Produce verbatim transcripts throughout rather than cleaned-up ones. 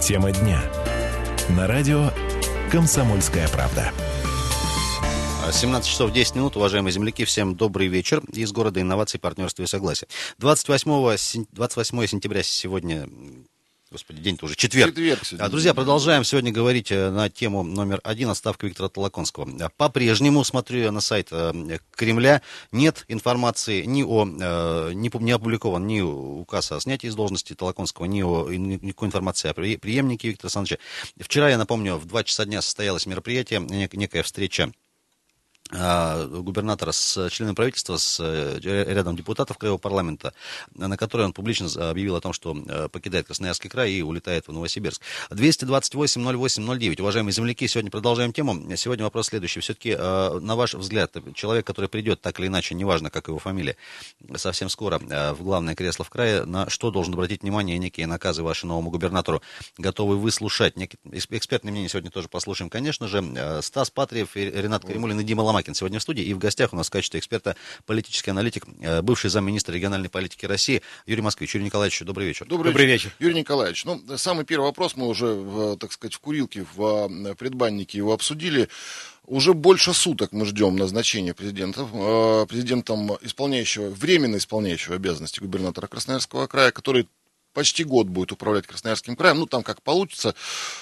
Тема дня. На радио «Комсомольская правда». семнадцать часов десять минут, уважаемые земляки, всем добрый вечер. Из города инноваций, партнерства и согласия. двадцать восьмое сентября сегодня... Господи, день-то уже четверг. четверг Друзья, продолжаем сегодня говорить на тему номер один, отставка Виктора Толоконского. По-прежнему, смотрю я на сайт Кремля, нет информации ни о, не, не опубликован ни указ о снятии из должности Толоконского, ни о никакой информации о преемнике Виктора Александровича. Вчера, я напомню, в два часа дня состоялось мероприятие, некая встреча губернатора с членами правительства, с рядом депутатов Краевого парламента, на которой он публично объявил о том, что покидает Красноярский край и улетает в Новосибирск. двести двадцать восемь ноль восемь ноль девять. Уважаемые земляки, сегодня продолжаем тему. Сегодня вопрос следующий. Все-таки, на ваш взгляд, человек, который придет так или иначе, неважно, как его фамилия, совсем скоро в главное кресло в крае, на что должен обратить внимание некие наказы ваши новому губернатору? Готовы выслушать? Экспертное мнение сегодня тоже послушаем, конечно же. Стас Патриев, Ренат Каримуллин и Дима Ломакин сегодня в студии, и в гостях у нас в качестве эксперта политический аналитик, бывший замминистра региональной политики России Юрий Москвич. Юрий Николаевич, добрый вечер. Добрый, добрый вечер. вечер. Юрий Николаевич, ну, самый первый вопрос мы уже, так сказать, в курилке, в предбаннике его обсудили. Уже больше суток мы ждем назначения президента, президентом исполняющего, временно исполняющего обязанности губернатора Красноярского края, который почти год будет управлять Красноярским краем, ну, там как получится.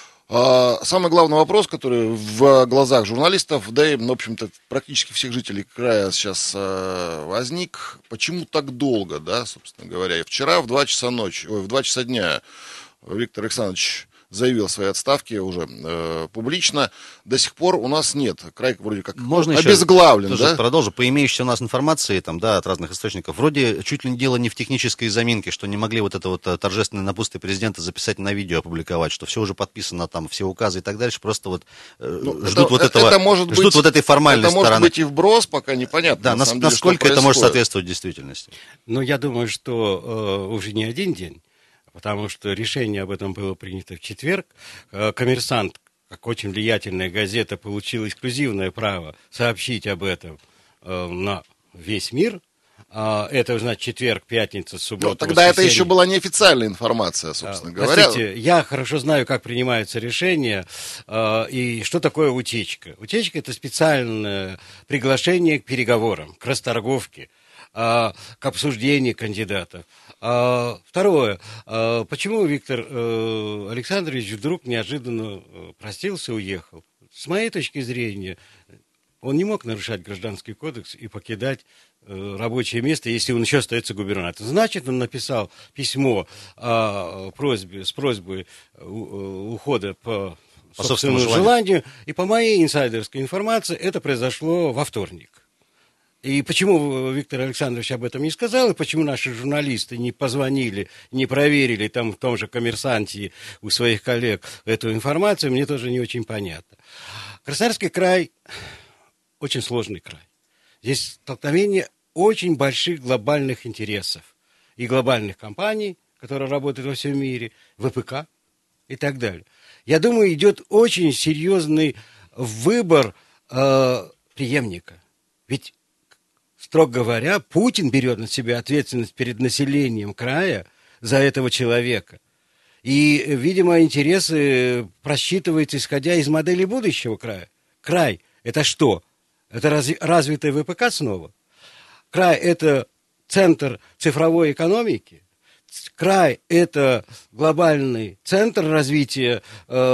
Самый главный вопрос, который в глазах журналистов, да и, в общем-то, практически всех жителей края сейчас возник, почему так долго, да, собственно говоря. И вчера в два часа ночи, ой, в два часа дня Виктор Александрович заявил о своей отставке уже э, публично. До сих пор у нас нет. Край вроде как Можно обезглавлен. Еще, да? Продолжу. По имеющейся у нас информации там, да, от разных источников, вроде чуть ли не дело не в технической заминке, что не могли вот это вот торжественное напутствие президента записать на видео, опубликовать, что все уже подписано, там, все указы и так дальше, просто вот э, ну, ждут, это, вот, это, этого, это может ждут быть, вот этой формальной это стороны. Это может быть и вброс, пока непонятно. Да, на самом насколько деле, это может соответствовать действительности? Ну, я думаю, что э, уже не один день, потому что решение об этом было принято в четверг. «Коммерсант», как очень влиятельная газета, получил эксклюзивное право сообщить об этом на весь мир. Это, значит, четверг, пятница, суббота, Но тогда это еще была неофициальная информация, собственно говоря. Простите, я хорошо знаю, как принимаются решения и что такое утечка. Утечка – это специальное приглашение к переговорам, к расторговке, к обсуждению кандидатов. Второе. Почему Виктор Александрович вдруг неожиданно простился, уехал? С моей точки зрения, он не мог нарушать Гражданский кодекс и покидать рабочее место, если он еще остается губернатором. Значит, он написал письмо о просьбе, с просьбой ухода по, по собственному желанию. желанию. И по моей инсайдерской информации это произошло во вторник. И почему Виктор Александрович об этом не сказал, и почему наши журналисты не позвонили, не проверили там в том же «Коммерсанте» у своих коллег эту информацию, мне тоже не очень понятно. Красноярский край очень сложный край. Здесь столкновение очень больших глобальных интересов. И глобальных компаний, которые работают во всем мире, ВПК и так далее. Я думаю, идет очень серьезный выбор э, преемника. Ведь строго говоря, Путин берет на себя ответственность перед населением края за этого человека. И, видимо, интересы просчитываются, исходя из модели будущего края. Край – это что? Это разви- развитая ВПК снова? Край – это центр цифровой экономики? Край – это глобальный центр развития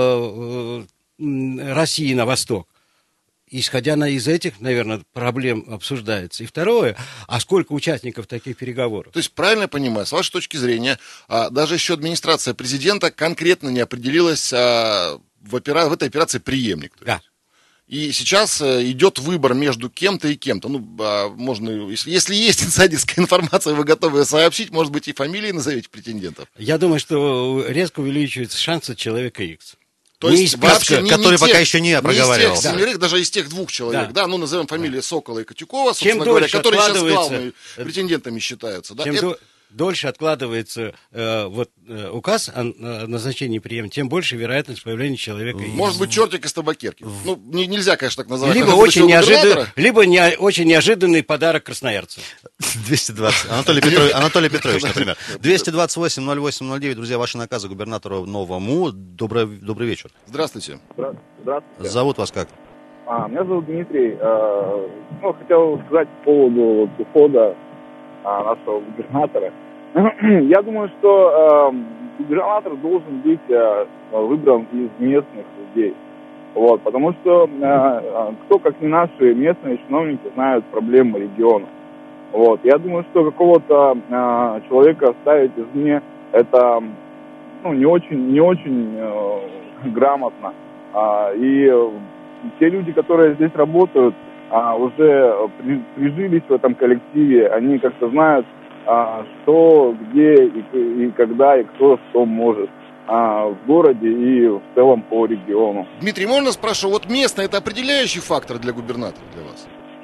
э, э, России на восток? Исходя из этих, наверное, проблем обсуждается. И второе, а сколько участников таких переговоров? То есть, правильно я понимаю, с вашей точки зрения, даже еще администрация президента конкретно не определилась в, опера... в этой операции преемник. Да. И сейчас идет выбор между кем-то и кем-то. Ну, можно, если, если есть инсайдерская информация, вы готовы сообщить, может быть, и фамилии назовете претендентов? Я думаю, что резко увеличиваются шансы человека Икс. То есть вообще не, который не пока тех, еще не Не проговаривал. из тех семерых, да. даже из тех двух человек, да, да ну назовем фамилии да. Сокола и Котюкова, собственно Чем говоря, которые сейчас откладывается... главными претендентами считаются. Да? Чем, это... до... дольше откладывается э, вот, э, указ о назначении преемника, тем больше вероятность появления человека. Может из... быть, чертик из табакерки. Ну, не, нельзя, конечно, так называть. Либо, очень, неожидан... Либо не... очень неожиданный подарок красноярцу. двести двадцать. Анатолий, Петров... Анатолий Петрович, например. двести двадцать восемь ноль восемь ноль девять. Друзья, ваши наказы губернатору новому. Добрый, добрый вечер. Здравствуйте. Здравствуйте. Зовут вас как? А, меня зовут Дмитрий. А, ну, хотел сказать по поводу вот, ухода а, нашего губернатора. Я думаю, что а, губернатор должен быть а, выбран из местных людей. Вот, потому что а, кто, как не наши местные чиновники, знают проблемы региона. Вот, я думаю, что какого-то а, человека оставить извне, это ну, не очень, не очень а, грамотно. А, и те люди, которые здесь работают, а, уже при, прижились в этом коллективе, они как-то знают, а, что, где и, и когда, и кто что может а, в городе и в целом по региону. Дмитрий, можно спрошу, вот местный это определяющий фактор для губернатора, для вас?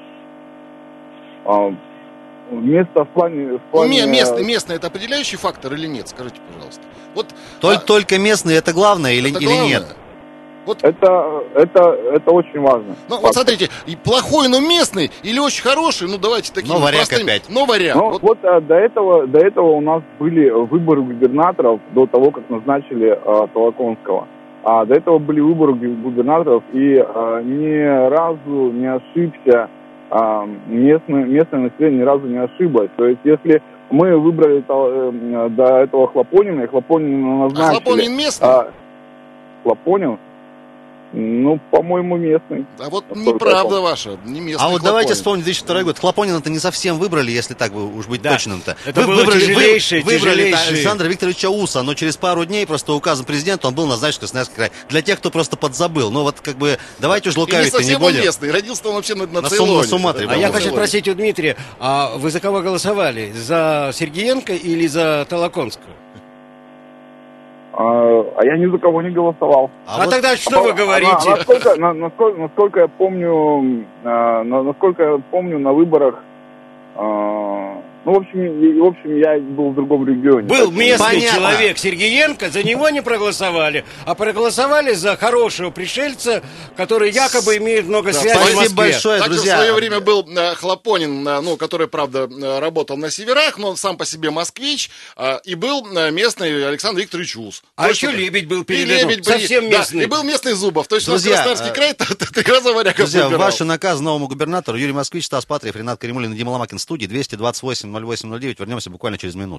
А, место в плане... В плане... Ну, местный, местный это определяющий фактор или нет? Скажите, пожалуйста. Вот, Только, а, только местные это главное или, это или главное? нет? Вот, Это, это, это очень важно. ну, вот смотрите, и плохой, но местный, или очень хороший, ну давайте такие Но варяг простыми. опять. Но варяг. Ну, Вот. вот а, до этого, до этого у нас были выборы губернаторов, до того, как назначили а, Толоконского. А до этого были выборы губернаторов, и а, ни разу не ошибся, а, местное, местное население ни разу не ошиблось. То есть, если мы выбрали то, э, до этого Хлопонина, и Хлопонина назначили... А Хлопонин местный? А, Хлопонин? Ну, по-моему, местный. А вот Насколько неправда я ваша, не местный А вот давайте Хлопонин. вспомним две тысячи второй год. Хлопонина-то не совсем выбрали, если так бы уж быть Да. точным-то. Это Вы было выбрали, тяжелейшее, вы, выбрали тяжелейшее. Александра Викторовича Уса, но через пару дней просто указом президента он был назначен в Красноярский край. Для тех, кто просто подзабыл. Ну вот как бы давайте уж И не лукавить-то не совсем он будем. местный, родился он вообще на, на На Цейлоне. Сум- на Суматре, А Да, я вот. хочу спросить у Дмитрия, а вы за кого голосовали? За Сергеенко или за Толоконского? А, а я ни за кого не голосовал. А, А, вот тогда что вы А, говорите? на- насколько, на- насколько, насколько я помню, а, на- насколько я помню, на выборах, а, ну, в общем, и- в общем, я был в другом регионе. Был Так, местный Понятно. человек Сергеенко, за него не проголосовали, а проголосовали за хорошего пришельца, который якобы имеет много Да, связей в спасибо Москве. большое, Так же в друзья. свое время был э, Хлопонин, э, ну, который, правда, э, работал на северах, но он сам по себе москвич, э, и был э, местный Александр Викторович Ус. А Точно еще так. Лебедь был И перед Лебедь этим, был, совсем да, местный. и был местный Зубов. То есть Друзья, у нас Краснодарский э, край, т- т- три раза варягов Друзья, выбирал. ваши наказы новому губернатору Юрий Москвич, Стас Патриев, Ренат Каримулин и Дима Ломакин в студии. Двести двадцать восемь ноль восемь ноль девять. Вернемся буквально через минуту.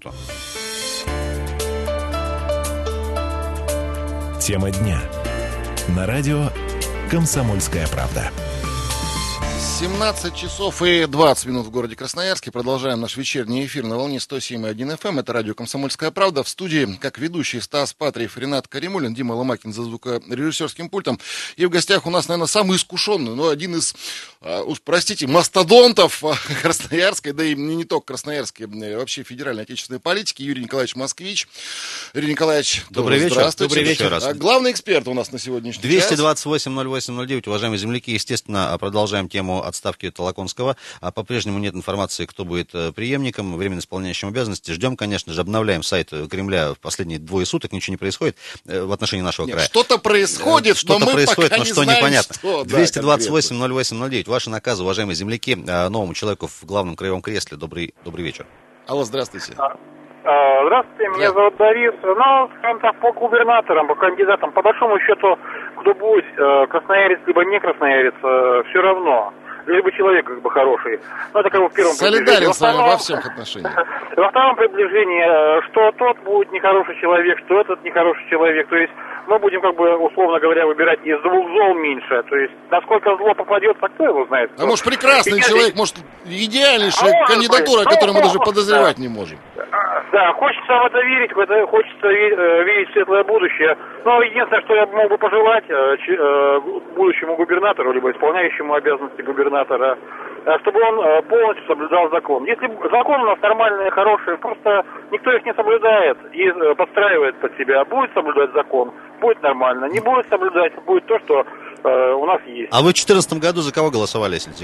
Тема дня. На радио «Комсомольская правда». семнадцать часов и двадцать минут в городе Красноярске. Продолжаем наш вечерний эфир на волне сто семь и один эф эм. Это радио «Комсомольская правда». В студии, как ведущий, Стас Патриев, Ренат Каримулин, Дима Ломакин за звукорежиссерским пультом. И в гостях у нас, наверное, самый искушенный, но один из, э, уж простите, мастодонтов э, красноярской, да и не, не только красноярской, э, вообще федеральной отечественной политики, Юрий Николаевич Москвич. Юрий Николаевич, Добрый тоже вечер. Здравствуйте. Добрый вечер. А главный эксперт у нас на сегодняшний двести час. двадцать восемь ноль восемь ноль девять. Уважаемые земляки, естественно, продолжаем тему отставки Толоконского. А по-прежнему нет информации, кто будет преемником, временно исполняющим обязанности. Ждем, конечно же, обновляем сайт Кремля в последние двое суток. Ничего не происходит в отношении нашего Нет, края. что-то происходит, Что-то но мы происходит, пока но не что знаем, непонятно. что, да, двести двадцать восемь конкретно. ноль восемь ноль девять. Ваши наказы, уважаемые земляки, новому человеку в главном краевом кресле. Добрый, добрый вечер. Алло, здравствуйте. А, Здравствуйте, меня зовут Борис. Ну, скажем так, по губернаторам, по кандидатам, по большому счету, кто будет, э, красноярец либо не красноярец, э, все равно. Либо человек как бы хороший. Ну, это как бы в первом Солидарен приближении. с вами Во во втором- всех отношениях. Во втором приближении, э, что тот будет нехороший человек, что этот нехороший человек. То есть мы будем, как бы, условно говоря, выбирать из двух зол меньше. То есть насколько зло попадется, кто его знает. А может, прекрасный И- человек, может, идеальнейшая А может кандидатура, быть. о которой мы Ну, даже ну, подозревать да. не можем. Да, хочется в это верить, в это хочется ви- э, видеть светлое будущее. Но единственное, что я мог бы пожелать э, ч- э, будущему губернатору, либо исполняющему обязанности губернатора, э, чтобы он э, полностью соблюдал закон. Если закон у нас нормальный, хороший, просто никто их не соблюдает и э, подстраивает под себя. Будет соблюдать закон, будет нормально. Не будет соблюдать, будет то, что э, у нас есть. А вы в две тысячи четырнадцатом году за кого голосовали, если не секрет?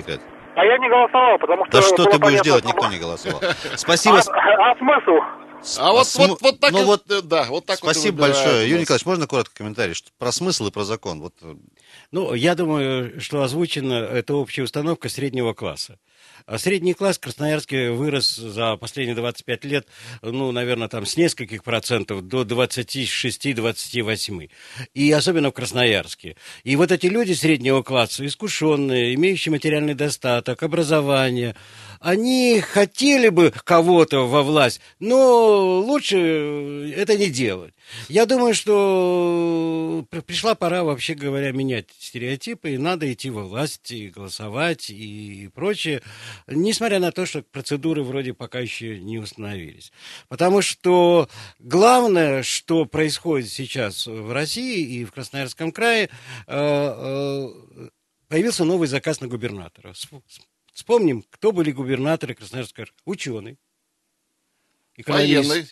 А я не голосовал, потому что... Да что было ты будешь понятно, делать, что- никто не голосовал. Спасибо. А, а смысл? А вот, см- вот, вот так, ну и- вот, да, вот так вот и Спасибо выбирают большое. у Юрий нас. Николаевич, можно коротко комментарий что, про смысл и про закон? Вот, э, Ну, я думаю, что озвучена это общая установка среднего класса. А средний класс в Красноярске вырос за последние двадцать пять лет, ну, наверное, там с нескольких процентов до двадцати шести - двадцати восьми. И особенно в Красноярске. И вот эти люди среднего класса, искушенные, имеющие материальный достаток, образование, они хотели бы кого-то во власть, но лучше это не делать. Я думаю, что пришла пора, вообще говоря, менять стереотипы, и надо идти во власть, и голосовать, и прочее, несмотря на то, что процедуры вроде пока еще не установились. Потому что главное, что происходит сейчас в России и в Красноярском крае, появился новый заказ на губернатора. Вспомним, кто были губернаторы Красноярского края. Ученый, экономист, Военный.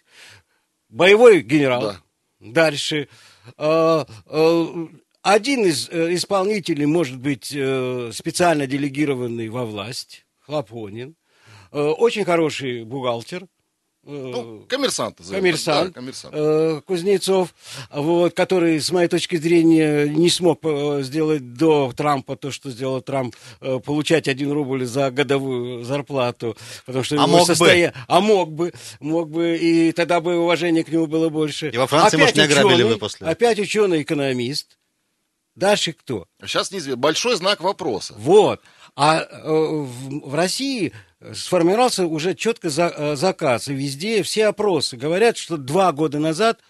боевой генерал. Да. Дальше. Э, э, Один из э, исполнителей может быть э, специально делегированный во власть, Хлопонин. Э, Очень хороший бухгалтер. э, Ну, коммерсант. назовем так. Коммерсант, Да, коммерсант. э, Кузнецов, вот, который, с моей точки зрения, не смог э, сделать до Трампа то, что сделал Трамп, э, получать один рубль за годовую зарплату, потому что А его мог бы. состоя- а мог бы, мог бы, и тогда бы уважение к нему было больше. И во Франции, может, не ограбили бы после. Опять ученый-экономист. Дальше кто? Сейчас неизвестно. Большой знак вопроса. Вот. А э, в, в России сформировался уже четко за, э, заказ, и везде все опросы говорят, что два года назад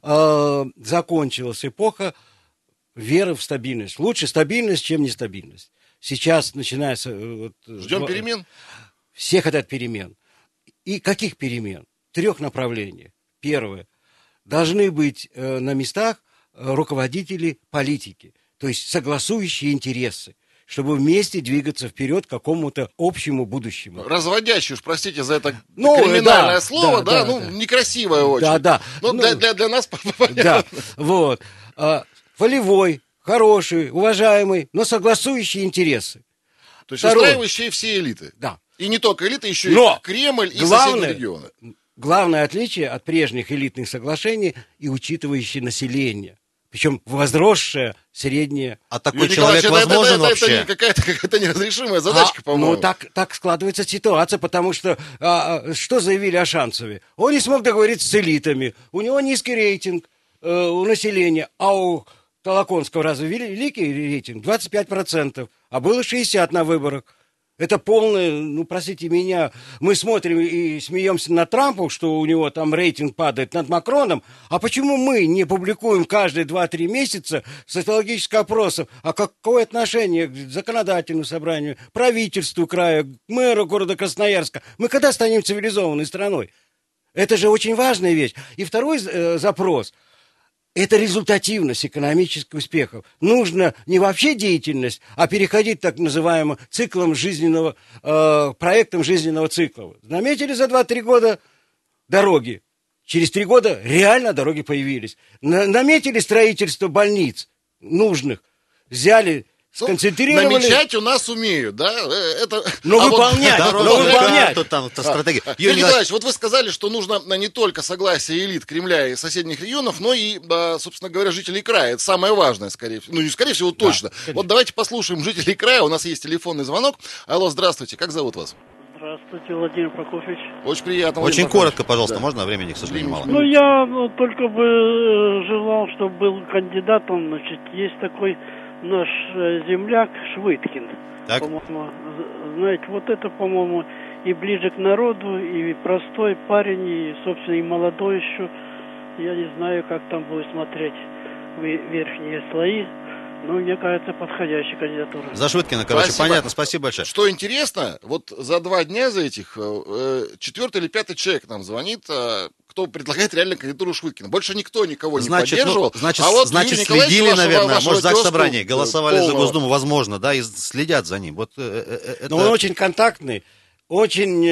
э, закончилась эпоха веры в стабильность. Лучше стабильность, чем нестабильность. Сейчас начинается... э, вот, Ждем э, перемен? Все хотят перемен. И каких перемен? Трех направлений. Первое. Должны быть э, на местах э, руководители политики, то есть согласующие интересы, чтобы вместе двигаться вперед к какому-то общему будущему. Разводящий, уж простите за это Ну, криминальное да, слово, да, да, да, ну, да. некрасивое очень. Да, да. Но Ну, для, для, для нас понятно. Да, вот. А, волевой, хороший, уважаемый, но согласующие интересы. То есть Второе. устраивающие все элиты. Да. И не только элиты, еще Но и Кремль и главное- соседние регионы. Главное отличие от прежних элитных соглашений и учитывающие население. Причем возросшее, среднее. А такой Юрий человек Николаевич, это- возможен это, это, вообще? Это, не какая-то, какая-то неразрешимая задачка, А, по-моему. Ну, так, так складывается ситуация, потому что а, а, что заявили о Шанцеве? Он не смог договориться с элитами, у него низкий рейтинг э, у населения, а у Толоконского разве великий рейтинг? двадцать пять процентов, а было шестьдесят на выборах. Это полное, ну, простите меня, мы смотрим и смеемся над Трампом, что у него там рейтинг падает, над Макроном, а почему мы не публикуем каждые два-три месяца социологических опросов, а какое отношение к законодательному собранию, правительству края, к мэру города Красноярска? Мы когда станем цивилизованной страной? Это же очень важная вещь. И второй э, запрос – это результативность экономических успехов. Нужно не вообще деятельность, а переходить так называемым циклом жизненного, э, проектом жизненного цикла. Заметили за два-три года дороги? Через три года реально дороги появились. На- наметили строительство больниц нужных. Взяли, Ну, сконцентрировали. намечать у нас умеют, да? Э, Это... Но а вот- выполнять, Да, но дорожная выполнять. Карту, там, это стратегия. А, Юрий Юрий Николаевич, Николаевич, вот вы сказали, что нужно а, не только согласие элит Кремля и соседних регионов, но и, а, собственно говоря, жителей края. Это самое важное, скорее всего. Ну, не скорее всего, точно. Вот давайте послушаем жителей края. У нас есть телефонный звонок. Алло, здравствуйте. Как зовут вас? Здравствуйте, Владимир Прокофьевич. Очень приятно. очень Владимир коротко, пожалуйста, Да. можно? Времени, к сожалению, мало. Ну, я ну, только бы э, желал, чтобы был кандидатом, значит, есть такой наш э, земляк Швыдкин. Так. По-моему, з- знаете, вот это, по-моему, и ближе к народу, и простой парень, и, собственно, и молодой еще. Я не знаю, как там будет смотреть вы- верхние слои. Но, мне кажется, подходящая кандидатура. За Швыдкина, короче, Спасибо. понятно. Спасибо большое. Что интересно, вот за два дня за этих э, четвертый или пятый человек нам звонит, э, кто предлагает реально кандидатуру Швыдкина. Больше никто никого не Значит, поддерживал. ну, значит, а вот значит Юрий Николаевич следили, вашего- наверное, вашего может, тезку, заксобрание, э, голосовали за полного. Госдуму, возможно, да, и следят за ним. Вот э, э, это... Но он очень контактный, очень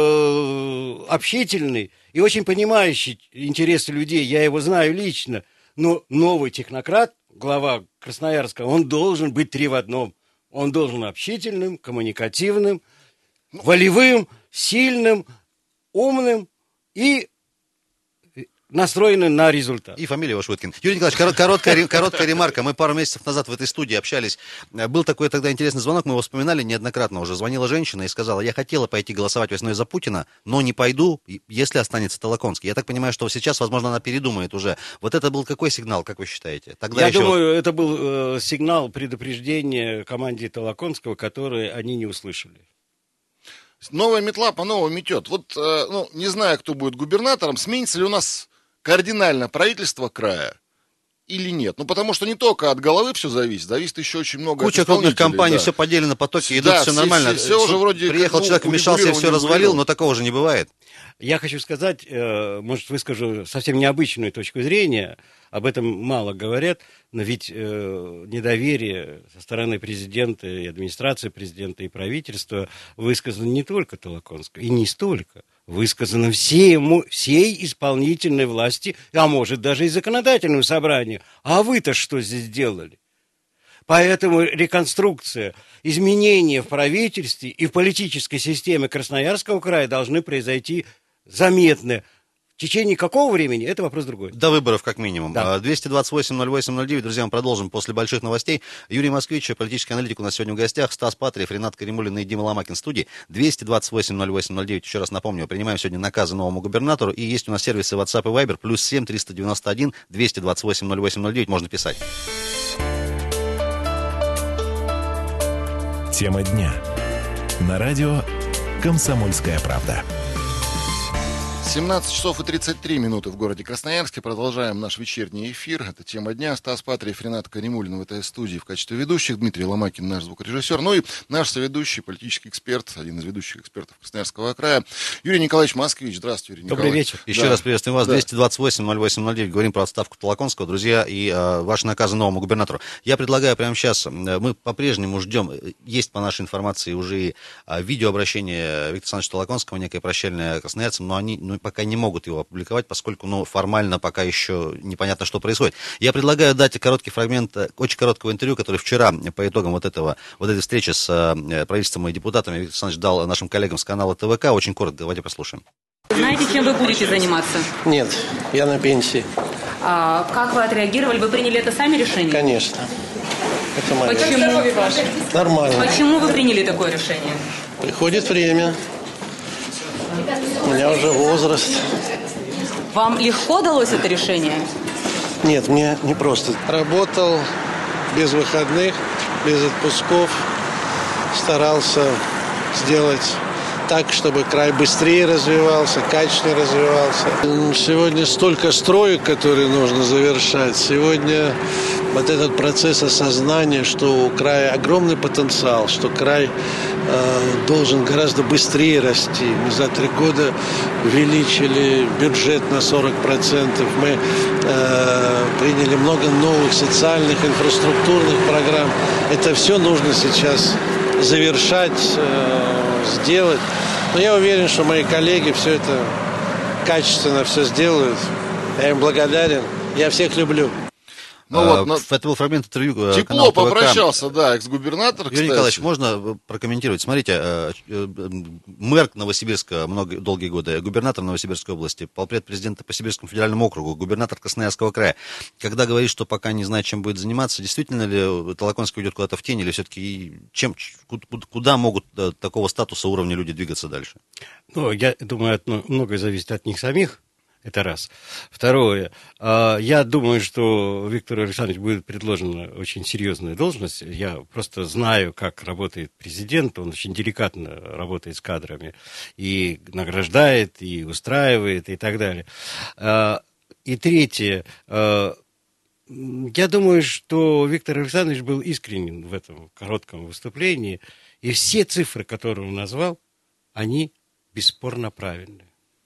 э, общительный и очень понимающий интересы людей. Я его знаю лично. Но новый технократ, глава Красноярска, он должен быть три в одном. Он должен быть общительным, коммуникативным, волевым, сильным, умным и настроены на результат. И фамилия ваша Уткин. Юрий Николаевич, корот, короткая, короткая ремарка. Мы пару месяцев назад в этой студии общались. Был такой тогда интересный звонок, мы его вспоминали неоднократно уже. Звонила женщина и сказала: я хотела пойти голосовать весной за Путина, но не пойду, если останется Толоконский. Я так понимаю, что сейчас, возможно, она передумает уже. Вот это был какой сигнал, как вы считаете? Тогда Я еще... думаю, это был э, сигнал предупреждения команде Толоконского, который они не услышали. Новая метла по-новому метет. Вот, э, ну, не знаю, кто будет губернатором, сменится ли у нас кардинально правительство края или нет? Ну, потому что не только от головы все зависит, зависит еще очень много от Куча крупных исполнителей, компаний, да. все поделено, потоки идут, Да, все, все- нормально. все- все уже вроде Приехал как, человек, ну, вмешался и все урегулировано, развалил, но такого же не бывает. Я хочу сказать, э, может, выскажу совсем необычную точку зрения, об этом мало говорят, но ведь э, недоверие со стороны президента и администрации президента и правительства высказано не только Толоконскому, и не столько. Высказано всему, всей исполнительной власти, а может даже и законодательному собранию. А вы-то что здесь делали? Поэтому реконструкция, изменения в правительстве и в политической системе Красноярского края должны произойти заметно. В течение какого времени, это вопрос другой. До выборов, как минимум. Да. двести двадцать восемь ноль восемь ноль девять. Друзья, мы продолжим после больших новостей. Юрий Москвич, политический аналитик, у нас сегодня в гостях. Стас Патриев, Ренат Каримуллин и Дима Ломакин в студии. двести двадцать восемь ноль восемь ноль девять. Еще раз напомню, принимаем сегодня наказы новому губернатору. И есть у нас сервисы WhatsApp и Viber. Плюс семь триста девяносто один двести двадцать восемь ноль восемь ноль девять. Можно писать. Тема дня. На радио «Комсомольская правда». семнадцать часов и тридцать три минуты в городе Красноярске. Продолжаем наш вечерний эфир. Это тема дня. Стас Патриев, Ренат Каримуллин в этой студии в качестве ведущих. Дмитрий Ломакин, наш звукорежиссер. Ну и наш соведущий, политический эксперт, один из ведущих экспертов Красноярского края, Юрий Николаевич Москвич. Здравствуйте, Юрий Добрый Николаевич. вечер. Еще Да. раз приветствуем вас. Да. двести двадцать восемь ноль восемь ноль девять. Говорим про отставку Толоконского, друзья, и э, ваши наказы новому губернатору. Я предлагаю прямо сейчас, э, мы по-прежнему ждем, э, есть по нашей информации уже и э, видеообращение Виктора Александровича Толоконского, некое прощальное красноярцам, но они ну, пока не могут его опубликовать, поскольку ну, формально пока еще непонятно, что происходит. Я предлагаю дать короткий фрагмент э, очень короткого интервью, который вчера по итогам вот, этого, вот этой встречи с э, правительством и депутатами Виктор Александрович дал нашим коллегам с канала ТВК. Очень коротко, давайте послушаем. Знаете, чем вы будете заниматься? Нет, я на пенсии. А как вы отреагировали? Вы приняли это сами решение? Конечно. Это мое. Почему? Нормально. Почему вы приняли такое решение? Приходит время. У меня уже возраст. Вам легко далось это решение? Нет, мне не просто. Работал без выходных, без отпусков. Старался сделать так, чтобы край быстрее развивался, качественнее развивался. Сегодня столько строек, которые нужно завершать. Сегодня вот этот процесс осознания, что у края огромный потенциал, что край э, должен гораздо быстрее расти. Мы за три года увеличили бюджет на сорок процентов. Мы э, приняли много новых социальных, инфраструктурных программ. Это все нужно сейчас завершать, э, сделать. Но я уверен, что мои коллеги все это качественно все сделают. Я им благодарен. Я всех люблю. Ну, А, вот, но... Это был фрагмент интервью. Тепло канала ТВК. попрощался, да, экс-губернатор, Юрий кстати. Николаевич, можно прокомментировать? Смотрите, э, э, мэр Новосибирска много, долгие годы, губернатор Новосибирской области, полпред президента по Сибирскому федеральному округу, губернатор Красноярского края. Когда говорит, что пока не знает, чем будет заниматься, действительно ли Толоконский уйдет куда-то в тень, или все-таки чем, куда могут э, такого статуса уровня люди двигаться дальше? Ну, я думаю, от- многое зависит от них самих. Это раз. Второе. а, Я думаю, что Виктору Александровичу будет предложена очень серьезная должность. Я просто знаю, как работает президент. Он очень деликатно работает с кадрами. И награждает, и устраивает, и так далее. А, И третье. а, Я думаю, что Виктор Александрович был искренен в этом коротком выступлении. И все цифры, которые он назвал, они бесспорно правильные.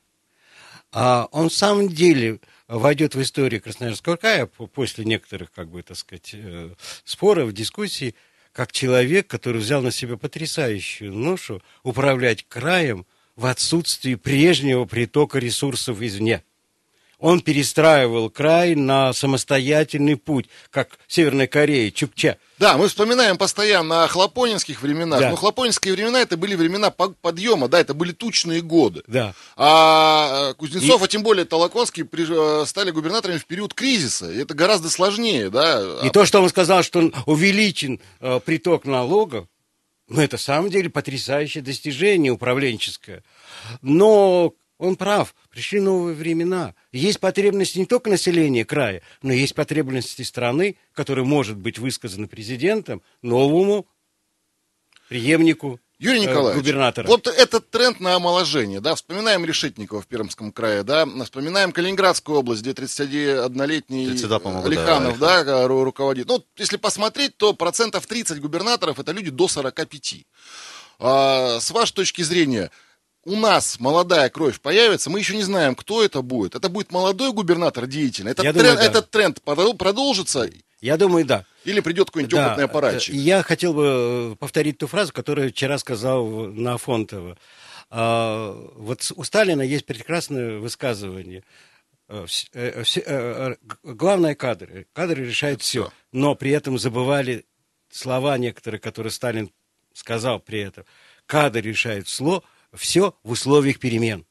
А он в самом деле войдет в историю Красноярского края после некоторых, как бы, так сказать, споров, дискуссий, как человек, который взял на себя потрясающую ношу управлять краем в отсутствии прежнего притока ресурсов извне. Он перестраивал край на самостоятельный путь, как в Северной Корее, Чукча. Да, мы вспоминаем постоянно о хлопонинских временах, Да. но хлопонинские времена это были времена подъема, да, это были тучные годы. Да. А Кузнецов, И- а тем более Толоковский при- стали губернаторами в период кризиса, и это гораздо сложнее, да. И то, что он сказал, что он увеличен э, приток налогов, ну, это в самом деле потрясающее достижение управленческое. Но он прав, пришли новые времена. Есть потребности не только населения края, но есть потребности страны, которые может быть высказаны президентом новому преемнику Юрий э, Николаевич, губернатора. вот этот тренд на омоложение, да, вспоминаем Решетникова в Пермском крае, да, вспоминаем Калининградскую область, где тридцатиоднолетний тридцать два, по-моему, Алиханов, да, да, ру- руководит. Ну, если посмотреть, то процентов тридцать губернаторов это люди до сорока пяти. А, с вашей точки зрения, у нас молодая кровь появится, мы еще не знаем, кто это будет. Это будет молодой губернатор деятельный. Этот, Я тренд, думаю, да. этот тренд продол- продолжится Я думаю, да. или придет какой-нибудь Да, опытный аппаратчик? э, Я хотел бы повторить ту фразу, которую вчера сказал на Афонтово. А, Вот с- у Сталина есть прекрасное высказывание. Э, вс- э, все- э, э, Главное кадры. Кадры решают все. всё. Но при этом забывали слова некоторые, которые Сталин сказал при этом. Кадры решают все в условиях перемен.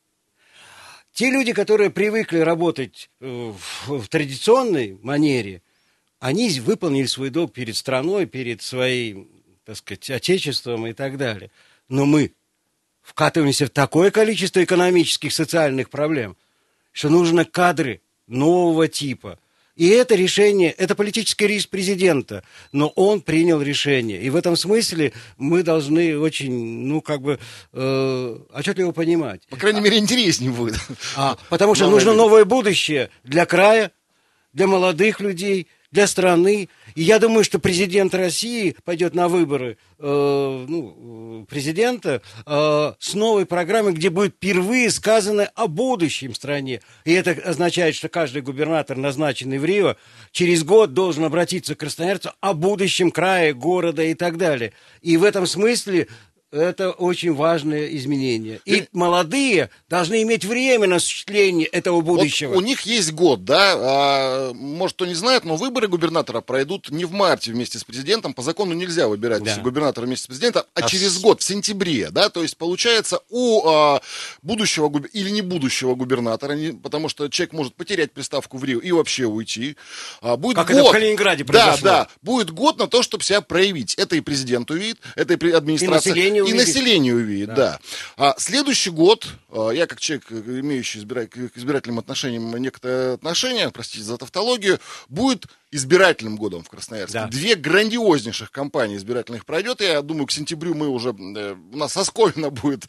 Те люди, которые привыкли работать э, в, в традиционной манере, они выполнили свой долг перед страной, перед своим, так сказать, отечеством и так далее. Но мы вкатываемся в такое количество экономических, социальных проблем, что нужны кадры нового типа. И это решение, это политический риск президента, но он принял решение. И в этом смысле мы должны очень, ну, как бы, э, отчетливо понимать. По крайней мере, интереснее будет. А, потому что Новое нужно люди. новое будущее для края, для молодых людей, для страны. И я думаю, что президент России пойдет на выборы э, ну, президента э, с новой программой, где будет впервые сказано о будущем стране. И это означает, что каждый губернатор, назначенный в Рио, через год должен обратиться к красноярцу о будущем края, города и так далее. И в этом смысле это очень важное изменение. И И- молодые должны иметь время на осуществление этого будущего. Вот у них есть год, да, а, может, кто не знает, но выборы губернатора пройдут не в марте вместе с президентом, по закону нельзя выбирать Да. губернатора вместе с президентом, а, А через с- год, в сентябре, да, то есть получается у а, будущего губ- или не будущего губернатора, не- потому что человек может потерять приставку в Рио и вообще уйти, а, будет Как год, это в Калининграде да, произошло. да, будет год на то, чтобы себя проявить. Это и президент увидит, это и при- администрация, И население и увидит. население увидит, Да. да. А следующий год, а, я как человек, э, имеющий избира- к избирательным отношениям некоторое отношение, простите за тавтологию, будет избирательным годом в Красноярске. Да. Две грандиознейших кампании избирательных пройдет. Я думаю, к сентябрю мы уже, э, у нас Сосковина будет.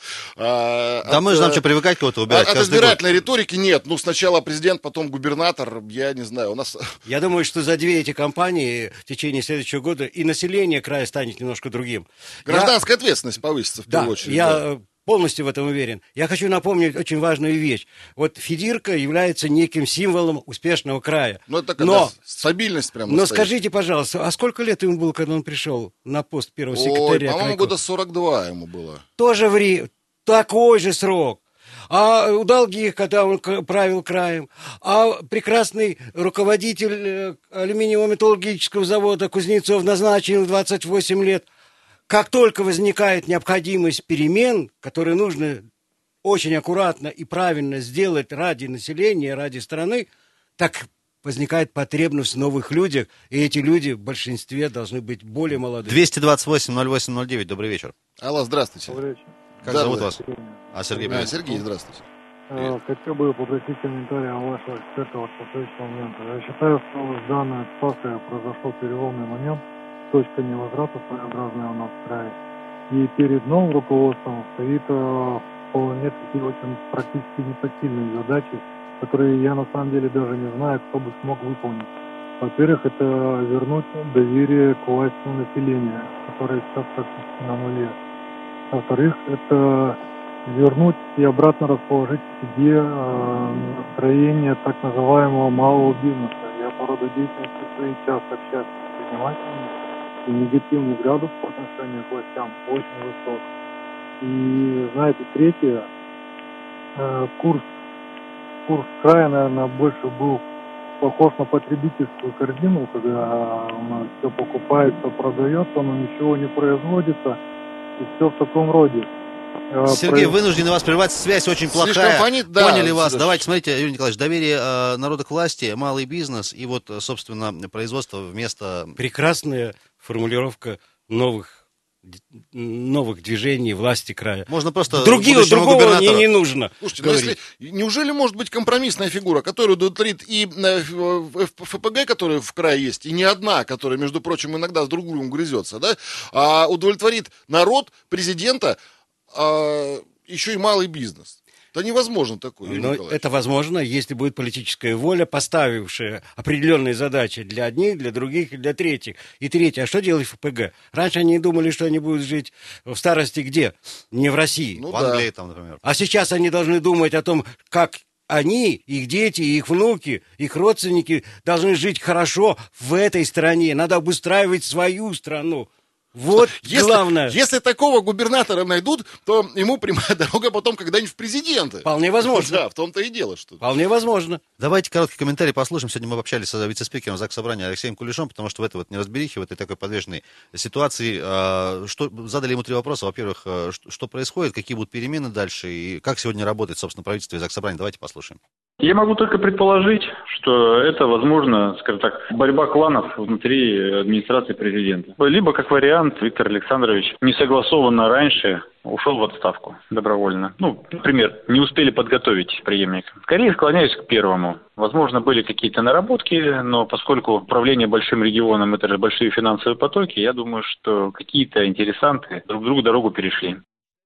а, Да от, мы же нам э, что, привыкать кого-то убирать От, от каждый год? избирательной риторики нет. Ну, сначала президент, потом губернатор. Я не знаю, у нас... Я думаю, что за две эти кампании в течение следующего года и население края станет немножко другим. Я- Гражданская ответственность повысится в Да, первую очередь. я да. э, полностью в этом уверен. Я хочу напомнить очень важную вещь. Вот Федирка является неким символом успешного края. Ну, это такая но, да, стабильность прям но настоящая. скажите, пожалуйста, а сколько лет ему было, когда он пришел на пост первого Ой, секретаря? по-моему, крайкома? года сорок два ему было. Тоже в Ри... такой же срок. А у Долгих, когда он к- правил краем, а прекрасный руководитель э, алюминиево-металлургического завода Кузнецов назначен в двадцать восемь лет. Как только возникает необходимость перемен, которые нужно очень аккуратно и правильно сделать ради населения, ради страны, так возникает потребность в новых людях, и эти люди в большинстве должны быть более молодыми. двести двадцать восемь ноль восемь ноль девять, добрый вечер. Алло, здравствуйте. Добрый вечер. Как Да, зовут да. вас? А, Сергей, Да, привет. Сергей, здравствуйте. Э, Хотел бы попросить комментария у вашего эксперта вот по следующему моменту. Я считаю, что с данной отставкой произошел переломный момент, точка невозврата своеобразная у нас в крае. И перед новым руководством стоит э, вполне такие очень практически непосильные задачи, которые я на самом деле даже не знаю, кто бы смог выполнить. Во-первых, это вернуть доверие к власти у населения, которое сейчас практически на нуле. Во-вторых, это вернуть и обратно расположить к себе э, настроение так называемого малого бизнеса. Я по роду деятельности своей часто общаюсь с предпринимателями, и негативный градус по отношению к властям очень высок. И, знаете, третье, э, курс курс края, наверное, больше был похож на потребительскую корзину, когда у нас все покупается, продается, но ничего не производится, и все в таком роде. Сергей, вынуждены вас прервать, связь очень плохая. Фонит, да, Поняли вас. Сереж. Давайте, смотрите, Юрий Николаевич, доверие э, народа к власти, малый бизнес и вот, собственно, производство вместо... Прекрасная формулировка новых, новых движений власти края. Можно просто Другие, другого мне не нужно. Слушайте, ну если, неужели может быть компромиссная фигура, которая удовлетворит и эф пэ гэ, которая в крае есть, и не одна, которая, между прочим, иногда с друг другом грызется, да, а удовлетворит народ, президента, а еще и малый бизнес. Да невозможно такое, Юрий Но Николаевич. это возможно, если будет политическая воля, поставившая определенные задачи для одних, для других и для третьих. И третье, а что делать эф пэ гэ? Раньше они думали, что они будут жить в старости где? Не в России. Ну, в Англии, да. там, например. А сейчас они должны думать о том, как они, их дети, их внуки, их родственники должны жить хорошо в этой стране. Надо обустраивать свою страну. Вот если, главное. Если такого губернатора найдут, то ему прямая дорога потом когда-нибудь в президенты. Вполне возможно. Да, в том-то и дело, что... Вполне возможно. Давайте короткий комментарий послушаем. Сегодня мы общались с вице-спикером Заксобрания Алексеем Кулешом, потому что в этой вот неразберихе, в этой такой подвешенной ситуации, э, что, задали ему три вопроса. Во-первых, э, что, что происходит, какие будут перемены дальше, и как сегодня работает, собственно, правительство и Заксобрания. Давайте послушаем. Я могу только предположить, что это, возможно, скажем так, борьба кланов внутри администрации президента. Либо, как вариант, Виктор Александрович несогласованно раньше ушел в отставку добровольно. Ну, например, не успели подготовить преемника. Скорее склоняюсь к первому. Возможно, были какие-то наработки, но поскольку управление большим регионом – это же большие финансовые потоки, я думаю, что какие-то интересанты друг другу дорогу перешли.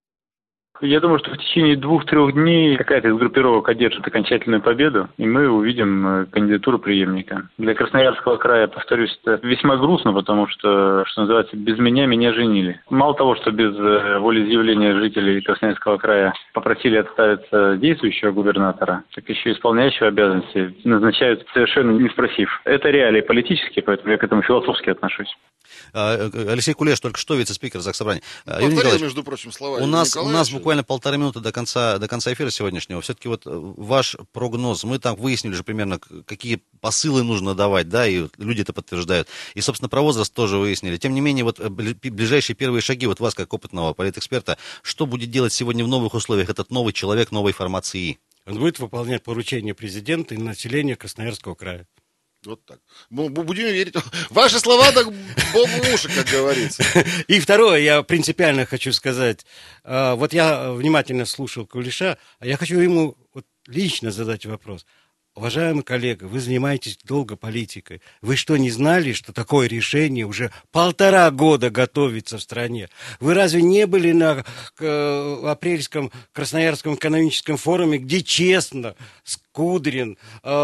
Я думаю, что в течение двух-трех дней какая-то из группировок одержит окончательную победу, и мы увидим кандидатуру преемника. Для Красноярского края, повторюсь, это весьма грустно, потому что, что называется, без меня меня женили. Мало того, что без волеизъявления жителей Красноярского края попросили отставиться действующего губернатора, так еще исполняющего обязанности назначают совершенно не спросив. Это реалии политические, поэтому я к этому философски отношусь. Алексей Кулеш, только что вице-спикер Заксобрания. Повторил, между прочим, слова у нас, у нас буквально полторы минуты до конца, до конца эфира сегодняшнего. Все-таки вот ваш прогноз, мы там выяснили же примерно, какие посылы нужно давать, да, и люди это подтверждают. И, собственно, про возраст тоже выяснили. Тем не менее, вот ближайшие первые шаги, вот вас, как опытного политэксперта, что будет делать сегодня в новых условиях этот новый человек новой формации? Он будет выполнять поручения президента и населения Красноярского края. Вот так. Будем верить. Ваши слова так Богу в уши, как говорится. И второе, я принципиально хочу сказать. Вот я внимательно слушал Кулеша, а я хочу ему вот лично задать вопрос. Уважаемый коллега, вы занимаетесь долго политикой. Вы что, не знали, что такое решение уже полтора года готовится в стране? Вы разве не были на к, апрельском Красноярском экономическом форуме, где честно Скудрин,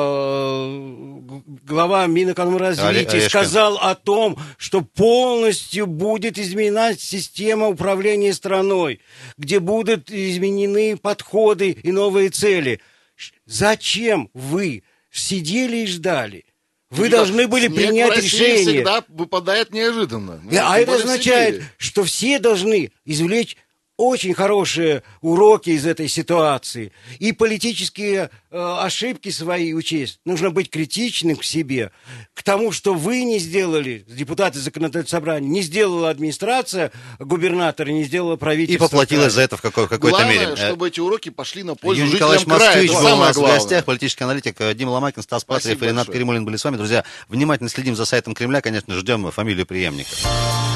э, глава Минэкономразвития, сказал о том, что полностью будет изменена система управления страной, где будут изменены подходы и новые цели? Зачем вы сидели и ждали? Вы Никак, должны были принять решение. Всегда выпадает неожиданно. Мы а это означает, сидели. Что все должны извлечь очень хорошие уроки из этой ситуации. И политические э, ошибки свои учесть. Нужно быть критичным к себе. К тому, что вы не сделали, депутаты законодательного собрания, не сделала администрация губернатора, не сделала правительство. И поплатилась за это в, какой- в какой-то Главное, мере. Главное, чтобы эти уроки пошли на пользу Юрий жителям Николаевич края. Москвич Это был у нас главное. в гостях, политический аналитик Дима Ломакин, Стас Патриев и Ренат Каримулин были с вами. Друзья, внимательно следим за сайтом Кремля, конечно, ждем фамилию преемника.